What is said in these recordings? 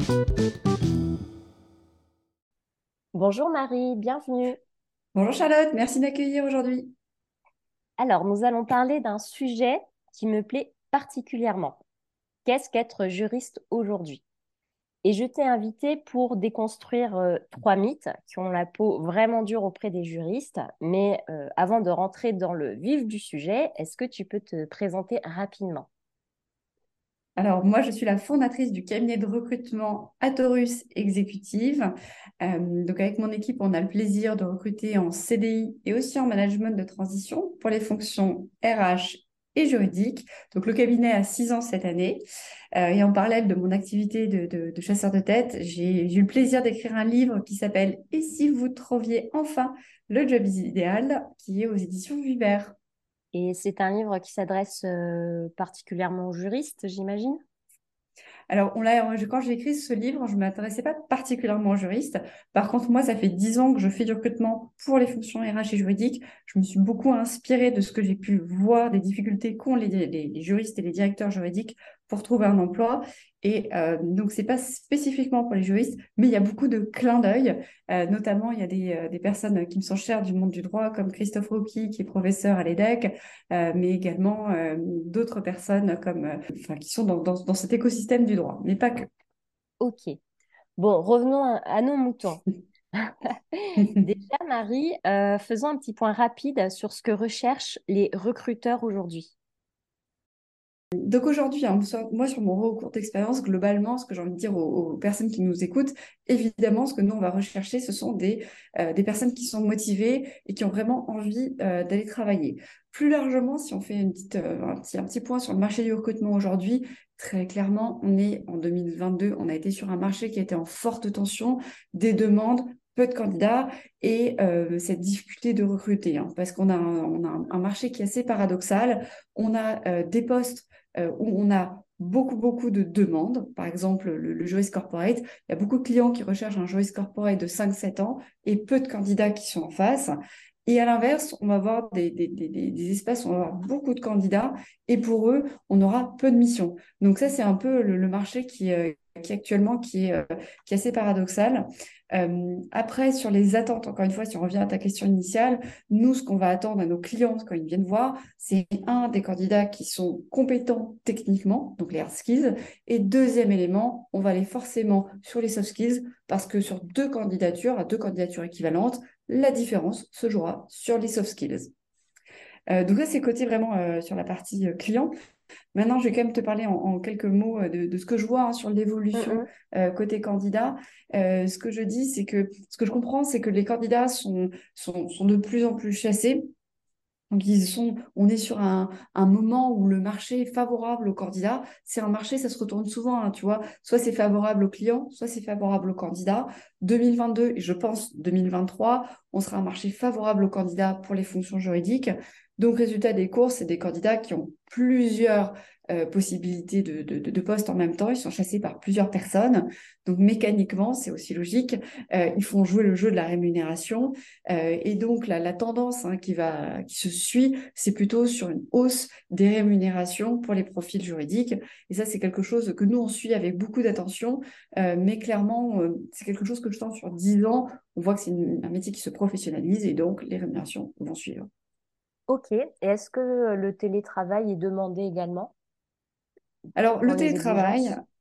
Bonjour Marie, bienvenue. Bonjour Charlotte, merci d'accueillir aujourd'hui. Alors, nous allons parler d'un sujet qui me plaît particulièrement. Qu'est-ce qu'être juriste aujourd'hui? Et je t'ai invité pour déconstruire trois mythes qui ont la peau vraiment dure auprès des juristes. Mais avant de rentrer dans le vif du sujet, est-ce que tu peux te présenter rapidement? Alors moi, je suis la fondatrice du cabinet de recrutement Atorus Exécutive. Donc avec mon équipe, on a le plaisir de recruter en CDI et aussi en management de transition pour les fonctions RH et juridiques. Donc le cabinet a 6 ans cette année. Et en parallèle de mon activité de chasseur de tête, j'ai eu le plaisir d'écrire un livre qui s'appelle « Et si vous trouviez enfin le job idéal » qui est aux éditions Vuibert. Et c'est un livre qui s'adresse particulièrement aux juristes, j'imagine? Alors, quand j'ai écrit ce livre, je ne m'intéressais pas particulièrement aux juristes. Par contre, moi, ça fait 10 ans que je fais du recrutement pour les fonctions RH et juridiques. Je me suis beaucoup inspirée de ce que j'ai pu voir, des difficultés qu'ont les juristes et les directeurs juridiques pour trouver un emploi. Et donc, ce n'est pas spécifiquement pour les juristes, mais il y a beaucoup de clins d'œil. Notamment, il y a des personnes qui me sont chères du monde du droit, comme Christophe Roucky, qui est professeur à l'EDEC, mais également d'autres personnes qui sont dans cet écosystème du droit, mais pas que. Ok. Bon, revenons à nos moutons. Déjà, Marie, faisons un petit point rapide sur ce que recherchent les recruteurs aujourd'hui. Donc aujourd'hui, hein, moi sur mon recours d'expérience, globalement, ce que j'ai envie de dire aux personnes qui nous écoutent, évidemment, ce que nous, on va rechercher, ce sont des personnes qui sont motivées et qui ont vraiment envie d'aller travailler. Plus largement, si on fait un petit point sur le marché du recrutement aujourd'hui, très clairement, on est en 2022, on a été sur un marché qui était en forte tension, des demandes, peu de candidats et cette difficulté de recruter, hein, parce qu'on a un marché qui est assez paradoxal. On a des postes où on a beaucoup de demandes. Par exemple, le juriste corporate, il y a beaucoup de clients qui recherchent un juriste corporate de 5 7 ans et peu de candidats qui sont en face. Et à l'inverse, on va avoir des espaces où on va avoir beaucoup de candidats et pour eux, on aura peu de missions. Donc ça, c'est un peu le marché qui actuellement qui est assez paradoxal. Après, sur les attentes, encore une fois, si on revient à ta question initiale, nous, ce qu'on va attendre à nos clients quand ils viennent voir, c'est des candidats qui sont compétents techniquement, donc les hard skills, et deuxième élément, on va aller forcément sur les soft skills, parce que sur à deux candidatures équivalentes, la différence se jouera sur les soft skills. Donc ça, c'est côté vraiment sur la partie client. Maintenant, je vais quand même te parler en quelques mots de ce que je vois, hein, sur l'évolution Mhm. côté candidat. Ce que je dis, c'est que ce que je comprends, c'est que les candidats sont de plus en plus chassés. Donc, on est sur un moment où le marché est favorable aux candidats. C'est un marché, ça se retourne souvent, hein, tu vois. Soit c'est favorable aux clients, soit c'est favorable aux candidats. 2022 et je pense 2023, on sera un marché favorable aux candidats pour les fonctions juridiques. Donc, résultat des courses, c'est des candidats qui ont plusieurs possibilités de postes en même temps. Ils sont chassés par plusieurs personnes. Donc, mécaniquement, c'est aussi logique. Ils font jouer le jeu de la rémunération. Et donc, la tendance, hein, qui se suit, c'est plutôt sur une hausse des rémunérations pour les profils juridiques. Et ça, c'est quelque chose que nous, on suit avec beaucoup d'attention. Mais clairement, c'est quelque chose que je sens sur 10 ans. On voit que c'est un métier qui se professionnalise et donc les rémunérations vont suivre. Ok. Et est-ce que le télétravail est demandé également Alors, dans le les télétravail, exigences?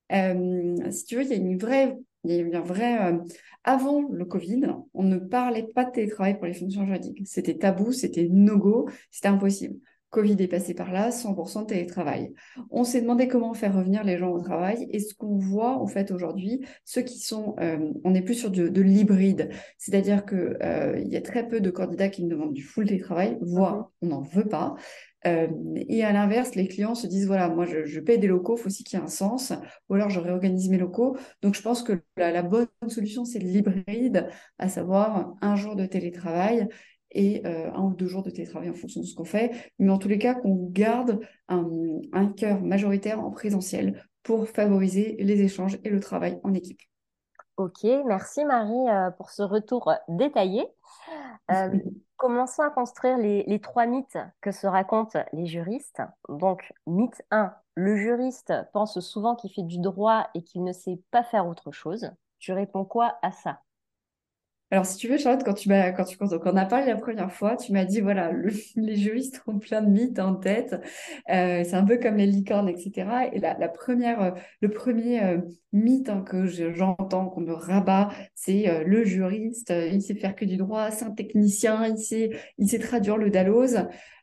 si tu veux, il y a eu un vrai. Avant le Covid, on ne parlait pas de télétravail pour les fonctions juridiques. C'était tabou, c'était no-go, c'était impossible. Covid est passé par là, 100% de télétravail. On s'est demandé comment faire revenir les gens au travail et ce qu'on voit en fait aujourd'hui, on est plus sur de l'hybride, c'est-à-dire que il y a très peu de candidats qui me demandent du full télétravail, Mhm. voire on n'en veut pas. Euh, et à l'inverse, les clients se disent, voilà, moi je paye des locaux, il faut aussi qu'il y ait un sens, ou alors je réorganise mes locaux. Donc je pense que la bonne solution, c'est l'hybride, à savoir un jour de télétravail et 1 ou 2 jours de télétravail en fonction de ce qu'on fait. Mais en tous les cas, qu'on garde un cœur majoritaire en présentiel pour favoriser les échanges et le travail en équipe. Ok, merci Marie pour ce retour détaillé. Euh, Commençons à construire les trois mythes que se racontent les juristes. Donc, mythe 1. Le juriste pense souvent qu'il fait du droit et qu'il ne sait pas faire autre chose. Tu réponds quoi à ça? Alors, si tu veux, Charlotte, quand on en a parlé la première fois, tu m'as dit, voilà, les juristes ont plein de mythes en tête. C'est un peu comme les licornes, etc. Et le premier mythe hein, que j'entends, qu'on me rabat, c'est le juriste, il sait faire que du droit, c'est un technicien, il sait traduire le dalloz.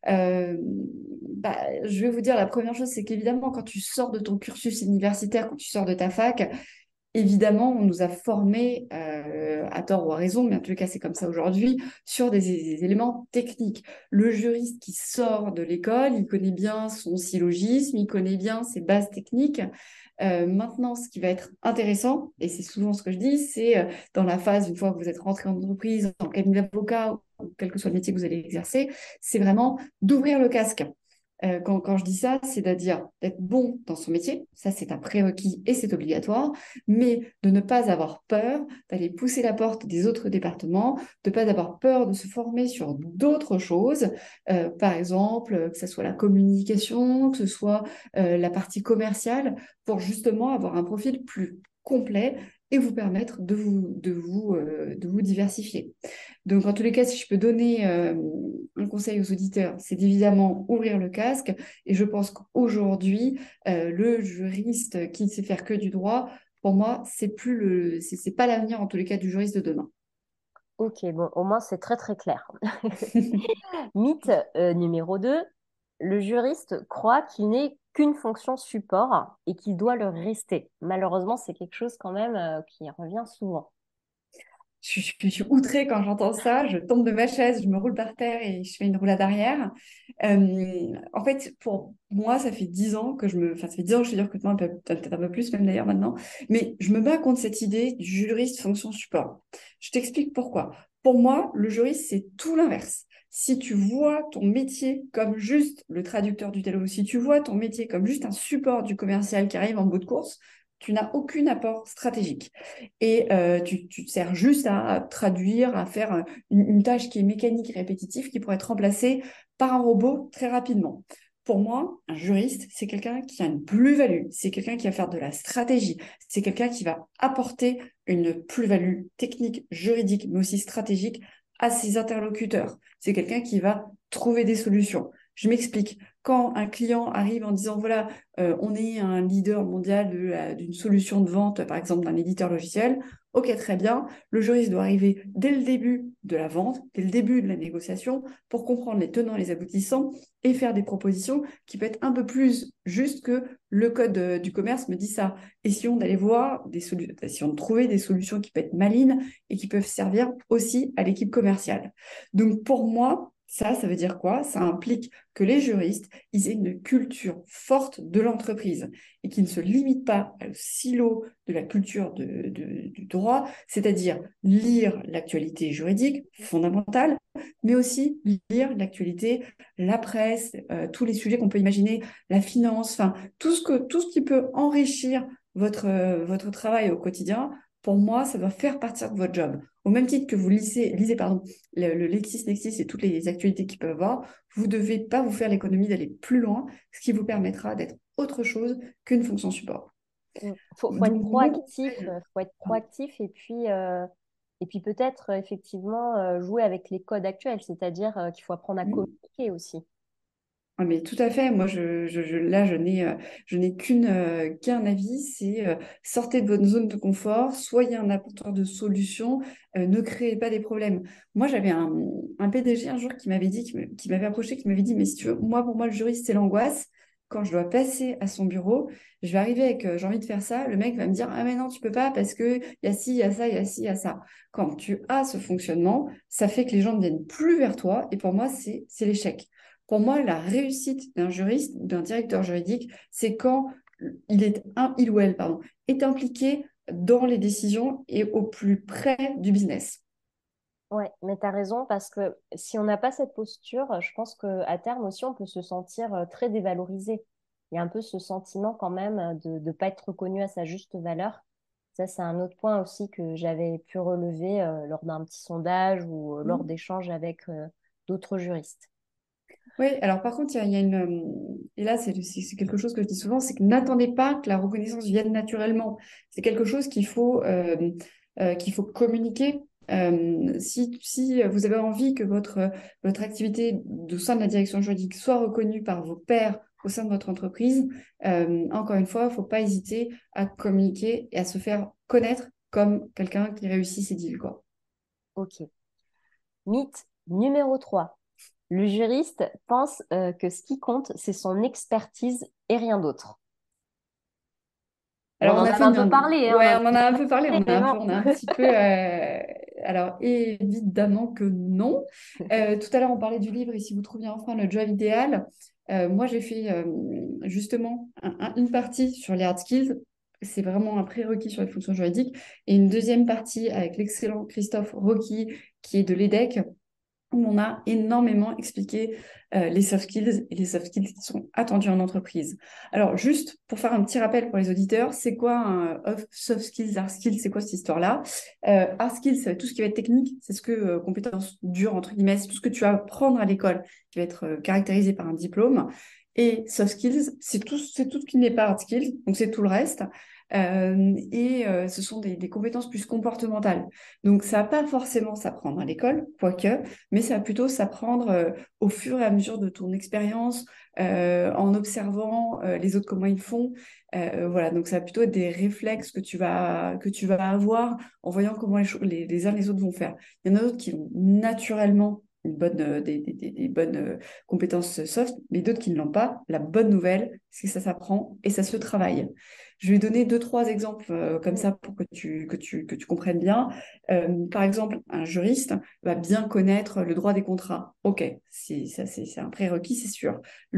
Je vais vous dire, la première chose, c'est qu'évidemment, quand tu sors de ton cursus universitaire, quand tu sors de ta fac, évidemment, on nous a formés, à tort ou à raison, mais en tout cas, c'est comme ça aujourd'hui, sur des éléments techniques. Le juriste qui sort de l'école, il connaît bien son syllogisme, il connaît bien ses bases techniques. Maintenant, ce qui va être intéressant, et c'est souvent ce que je dis, c'est dans la phase, une fois que vous êtes rentré en entreprise, en cabinet d'avocat, ou quel que soit le métier que vous allez exercer, c'est vraiment d'ouvrir le casque. Quand je dis ça, c'est-à-dire d'être bon dans son métier, ça c'est un prérequis et c'est obligatoire, mais de ne pas avoir peur d'aller pousser la porte des autres départements, de ne pas avoir peur de se former sur d'autres choses, par exemple, que ce soit la communication, que ce soit la partie commerciale, pour justement avoir un profil plus complet et vous permettre de vous diversifier. Donc, en tous les cas, si je peux donner un conseil aux auditeurs, c'est d'évidemment ouvrir le casque. Et je pense qu'aujourd'hui, le juriste qui ne sait faire que du droit, pour moi, c'est pas l'avenir en tous les cas du juriste de demain. Ok, bon, au moins c'est très très clair. Mythe numéro 2, le juriste croit qu'il n'est qu'une fonction support et qu'il doit le rester. Malheureusement, c'est quelque chose quand même qui revient souvent. Je suis outrée quand j'entends ça, je tombe de ma chaise, je me roule par terre et je fais une roulade arrière. En fait, pour moi, ça fait 10 ans enfin, ça fait 10 ans que je fais du recrutement, peut-être un peu plus même d'ailleurs maintenant, mais je me bats contre cette idée du juriste fonction support. Je t'explique pourquoi. Pour moi, le juriste, c'est tout l'inverse. Si tu vois ton métier comme juste le traducteur du télo, si tu vois ton métier comme juste un support du commercial qui arrive en bout de course, tu n'as aucun apport stratégique. Et tu te sers juste à traduire, à faire une tâche qui est mécanique et répétitive, qui pourrait être remplacée par un robot très rapidement. Pour moi, un juriste, c'est quelqu'un qui a une plus-value, c'est quelqu'un qui va faire de la stratégie, c'est quelqu'un qui va apporter une plus-value technique, juridique, mais aussi stratégique à ses interlocuteurs. C'est quelqu'un qui va trouver des solutions. Je m'explique. Quand un client arrive en disant, voilà, on est un leader mondial d'une solution de vente, par exemple d'un éditeur logiciel, ok, très bien, le juriste doit arriver dès le début de la vente, dès le début de la négociation, pour comprendre les tenants et les aboutissants et faire des propositions qui peuvent être un peu plus justes que le code du commerce me dit ça. Essayons d'aller voir essayons de trouver des solutions qui peuvent être malines et qui peuvent servir aussi à l'équipe commerciale. Donc pour moi, ça veut dire quoi? Ça implique que les juristes, ils aient une culture forte de l'entreprise et qui ne se limite pas au silo de la culture du droit, c'est-à-dire lire l'actualité juridique fondamentale, mais aussi lire l'actualité, la presse, tous les sujets qu'on peut imaginer, la finance, enfin, tout ce qui peut enrichir votre travail au quotidien. Pour moi, ça doit faire partie de votre job. Au même titre que vous lisez pardon, le LexisNexis et toutes les actualités qu'il peut avoir, vous ne devez pas vous faire l'économie d'aller plus loin, ce qui vous permettra d'être autre chose qu'une fonction support. Faut être Donc, mon proactif, conseil, et puis peut-être effectivement jouer avec les codes actuels, c'est-à-dire qu'il faut apprendre à communiquer aussi. ah, mais tout à fait. Moi, là, je n'ai qu'un avis, c'est sortez de votre zone de confort, soyez un apporteur de solutions, ne créez pas des problèmes. Moi, j'avais un PDG un jour qui m'avait dit, qui m'avait approché, qui m'avait dit, mais si tu veux, moi, pour moi, le juriste, c'est l'angoisse. Quand je dois passer à son bureau, je vais arriver avec, j'ai envie de faire ça. Le mec va me dire, ah mais non, tu peux pas parce que il y a ci, il y a ça, il y a ci, il y a ça. Quand tu as ce fonctionnement, ça fait que les gens ne viennent plus vers toi. Et pour moi, c'est l'échec. Pour moi, la réussite d'un juriste ou d'un directeur juridique, c'est quand il ou elle, pardon, est impliqué dans les décisions et au plus près du business. Ouais, mais tu as raison, parce que si on n'a pas cette posture, je pense qu'à terme aussi, on peut se sentir très dévalorisé. Il y a un peu ce sentiment quand même de ne pas être reconnu à sa juste valeur. Ça, c'est un autre point aussi que j'avais pu relever lors d'un petit sondage ou lors Mm. d'échanges avec d'autres juristes. Oui, alors par contre, il y a une... Et là, c'est quelque chose que je dis souvent, c'est que n'attendez pas que la reconnaissance vienne naturellement. C'est quelque chose qu'il faut communiquer. Si vous avez envie que votre activité au sein de la direction juridique soit reconnue par vos pairs au sein de votre entreprise, encore une fois, il ne faut pas hésiter à communiquer et à se faire connaître comme quelqu'un qui réussit ses deals, quoi. Ok. Mythe numéro 3. Le juriste pense que ce qui compte, c'est son expertise et rien d'autre. Bon, on Alors, on en a avait fait un peu parlé, hein, on ouais, en on en a un peu parlé, a mais bon. on a un petit peu. Alors, évidemment que non. Tout à l'heure, on parlait du livre Et si vous trouviez enfin le job idéal. Moi, j'ai fait justement une partie sur les hard skills. C'est vraiment un prérequis sur les fonctions juridiques. Et une deuxième partie avec l'excellent Christophe Rocky, qui est de l'EDEC, où on a énormément expliqué les soft skills et les soft skills qui sont attendus en entreprise. Alors, juste pour faire un petit rappel pour les auditeurs, c'est quoi un soft skills, hard skills, c'est quoi cette histoire-là? Hard skills, c'est tout ce qui va être technique, c'est ce que compétences dures, entre guillemets, c'est tout ce que tu vas apprendre à l'école, qui va être caractérisé par un diplôme. Et soft skills, c'est tout ce qui n'est pas hard skills, donc c'est tout le reste. Ce sont des compétences plus comportementales. Donc, ça va pas forcément s'apprendre à l'école, quoique, mais ça va plutôt s'apprendre au fur et à mesure de ton expérience, en observant les autres comment ils font. Voilà, donc ça va plutôt être des réflexes que tu vas avoir en voyant comment les uns les autres vont faire. Il y en a d'autres qui ont naturellement des bonnes compétences soft, mais d'autres qui ne l'ont pas. La bonne nouvelle, c'est que ça s'apprend et ça se travaille. Je vais donner deux, trois exemples comme Mm. ça pour que tu comprennes bien. Par exemple, un juriste va bien connaître le droit des contrats. Ok, c'est un prérequis, c'est sûr.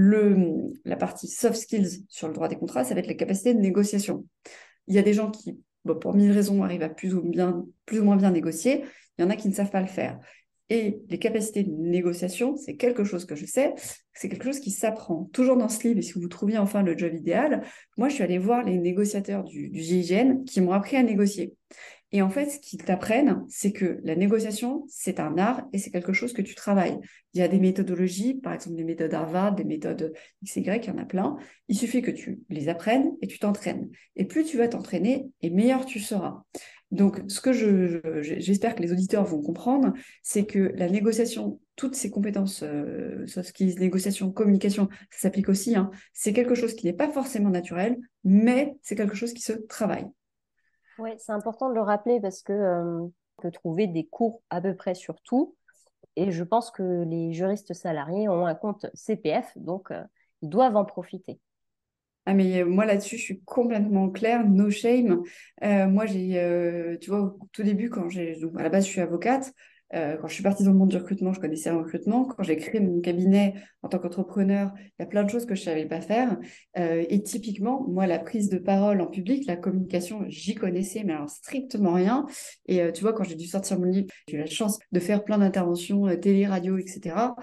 La partie soft skills sur le droit des contrats, ça va être la capacité de négociation. Il y a des gens qui, bon, pour mille raisons, arrivent à plus ou moins bien négocier. Il y en a qui ne savent pas le faire. Et les capacités de négociation, c'est quelque chose que je sais, c'est quelque chose qui s'apprend. Toujours dans ce livre, et si vous trouviez enfin le job idéal, moi, je suis allée voir les négociateurs du GIGN qui m'ont appris à négocier. Et en fait, ce qu'ils t'apprennent, c'est que la négociation, c'est un art et c'est quelque chose que tu travailles. Il y a des méthodologies, par exemple des méthodes Harvard, des méthodes XY, il y en a plein. Il suffit que tu les apprennes et tu t'entraînes. Et plus tu vas t'entraîner, et meilleur tu seras. Donc, j'espère que les auditeurs vont comprendre, c'est que la négociation, toutes ces compétences, soft skills, négociation, communication, ça s'applique aussi, hein, c'est quelque chose qui n'est pas forcément naturel, mais c'est quelque chose qui se travaille. Ouais, c'est important de le rappeler parce que on peut trouver des cours à peu près sur tout. Et je pense que les juristes salariés ont un compte CPF, donc ils doivent en profiter. Ah mais moi là-dessus, je suis complètement claire, no shame. Moi, tu vois, au tout début, donc à la base, je suis avocate. Quand je suis partie dans le monde du recrutement, je connaissais le recrutement. Quand j'ai créé mon cabinet en tant qu'entrepreneur, il y a plein de choses que je savais pas faire. Et typiquement, moi, la prise de parole en public, la communication, j'y connaissais, mais alors strictement rien. Et tu vois, quand j'ai dû sortir mon livre, j'ai eu la chance de faire plein d'interventions télé, radio, etc.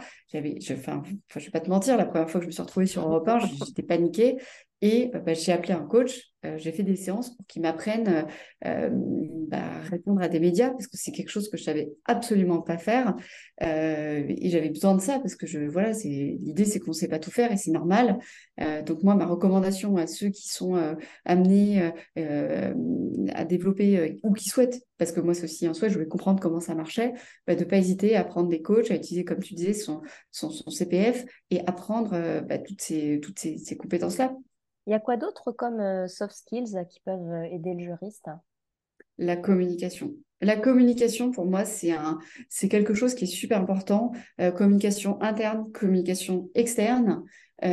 Je vais pas te mentir, la première fois que je me suis retrouvée sur Europe 1, j'étais paniquée. Et j'ai appelé un coach, j'ai fait des séances pour qu'il m'apprenne à répondre à des médias, parce que c'est quelque chose que je savais absolument pas faire. Et j'avais besoin de ça, parce que voilà, l'idée, c'est qu'on ne sait pas tout faire et c'est normal. Donc moi, ma recommandation à ceux qui sont amenés à développer ou qui souhaitent, parce que moi, c'est aussi un souhait, je voulais comprendre comment ça marchait, de ne pas hésiter à prendre des coachs, à utiliser, comme tu disais, son CPF et apprendre ces compétences-là. Il y a quoi d'autre comme soft skills qui peuvent aider le juriste? La communication. La communication, pour moi, c'est quelque chose qui est super important. Communication interne, communication externe.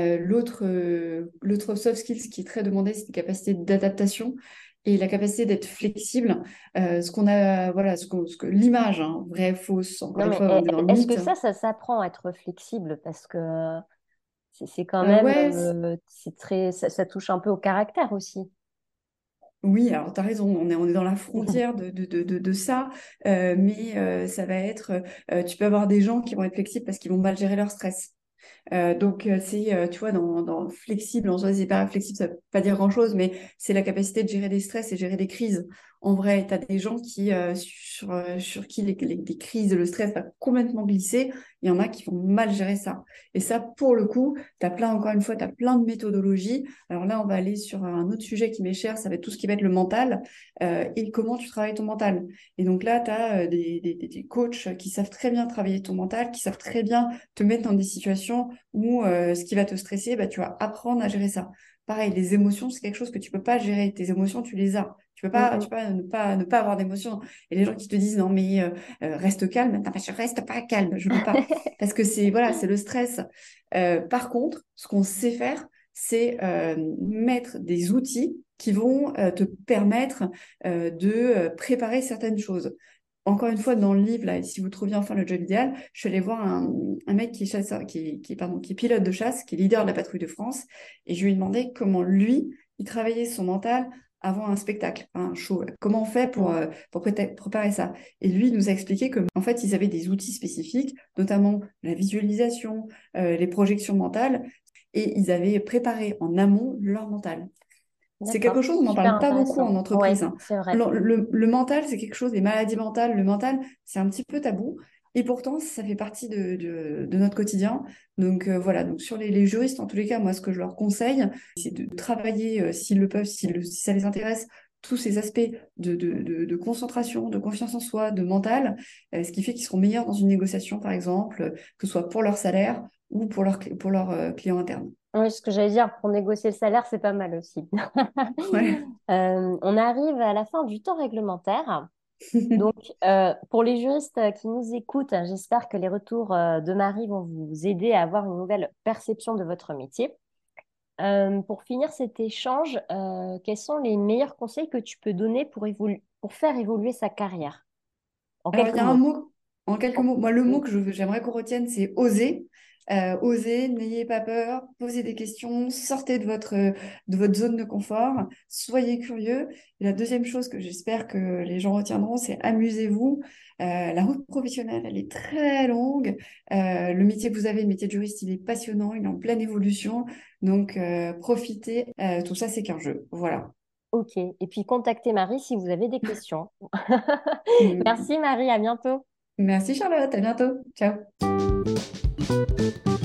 L'autre soft skills qui est très demandé, c'est la capacité d'adaptation et la capacité d'être flexible. Voilà, l'image, hein, vraie, fausse. Encore Non, une mais fois, on est dans le est-ce que mythe. ça s'apprend à être flexible? Parce que c'est quand Euh, même, ouais, ça touche un peu au caractère aussi. Oui, alors tu as raison, on est dans la frontière de ça, mais ça va être, tu peux avoir des gens qui vont être flexibles parce qu'ils vont mal gérer leur stress. Tu vois, dans flexible, en soi, c'est pas flexible, ça veut pas dire grand-chose, mais c'est la capacité de gérer des stress et gérer des crises. En vrai, tu as des gens sur qui les crises, le stress va complètement glisser il y en a qui vont mal gérer ça. Et ça, pour le coup, encore une fois, tu as plein de méthodologies. Alors là, on va aller sur un autre sujet qui m'est cher, ça va être tout ce qui va être le mental et comment tu travailles ton mental. Et donc là, tu as des coachs qui savent très bien travailler ton mental, qui savent très bien te mettre dans des situations où ce qui va te stresser, bah, tu vas apprendre à gérer ça. Pareil, les émotions, c'est quelque chose que tu peux pas gérer. Tes émotions, tu les as. Tu Mhm. peux pas ne pas avoir d'émotions. Et les gens qui te disent non mais reste calme, non, mais je reste pas calme, je peux pas, parce que c'est voilà, c'est le stress. Par contre, ce qu'on sait faire, c'est mettre des outils qui vont te permettre de préparer certaines choses. Encore une fois, dans le livre, là, si vous trouviez enfin le job idéal, je suis allée voir un mec qui est chasseur, pardon, qui est pilote de chasse, qui est leader de la patrouille de France, et je lui ai demandé comment lui, il travaillait son mental avant un spectacle, un show. Comment on fait Mhm. pour préparer ça? Et lui, il nous a expliqué que, en fait, ils avaient des outils spécifiques, notamment la visualisation, les projections mentales, et ils avaient préparé en amont leur mental. C'est quelque D'accord, chose, on n'en super parle pas beaucoup en intéressant. Oui, entreprise, hein. c'est vrai. Le mental, c'est quelque chose, les maladies mentales, le mental, c'est un petit peu tabou. Et pourtant, ça fait partie de notre quotidien. Donc voilà, donc sur les juristes, en tous les cas, moi, ce que je leur conseille, c'est de travailler, s'ils le peuvent, si ça les intéresse, tous ces aspects de concentration, de confiance en soi, de mental, ce qui fait qu'ils seront meilleurs dans une négociation, par exemple, que ce soit pour leur salaire ou pour leur client interne. Oui, ce que j'allais dire, pour négocier le salaire, c'est pas mal aussi. Ouais. On arrive à la fin du temps réglementaire. Donc, pour les juristes qui nous écoutent, j'espère que les retours de Marie vont vous aider à avoir une nouvelle perception de votre métier. Pour finir cet échange, quels sont les meilleurs conseils que tu peux donner pour faire évoluer sa carrière? En Alors, il quelques y a un mots. mot, en quelques mots, moi, le mot Oui. que j'aimerais qu'on retienne, c'est oser. Osez, n'ayez pas peur, posez des questions, sortez de votre zone de confort, soyez curieux. Et la deuxième chose que j'espère que les gens retiendront, c'est amusez-vous. La route professionnelle, elle est très longue. Le métier que vous avez, le métier de juriste, il est passionnant, il est en pleine évolution. Donc, profitez. Tout ça, c'est qu'un jeu. Voilà. Ok. Et puis, contactez Marie si vous avez des questions. Mm. Merci Marie, à bientôt. Merci Charlotte, à bientôt. Ciao.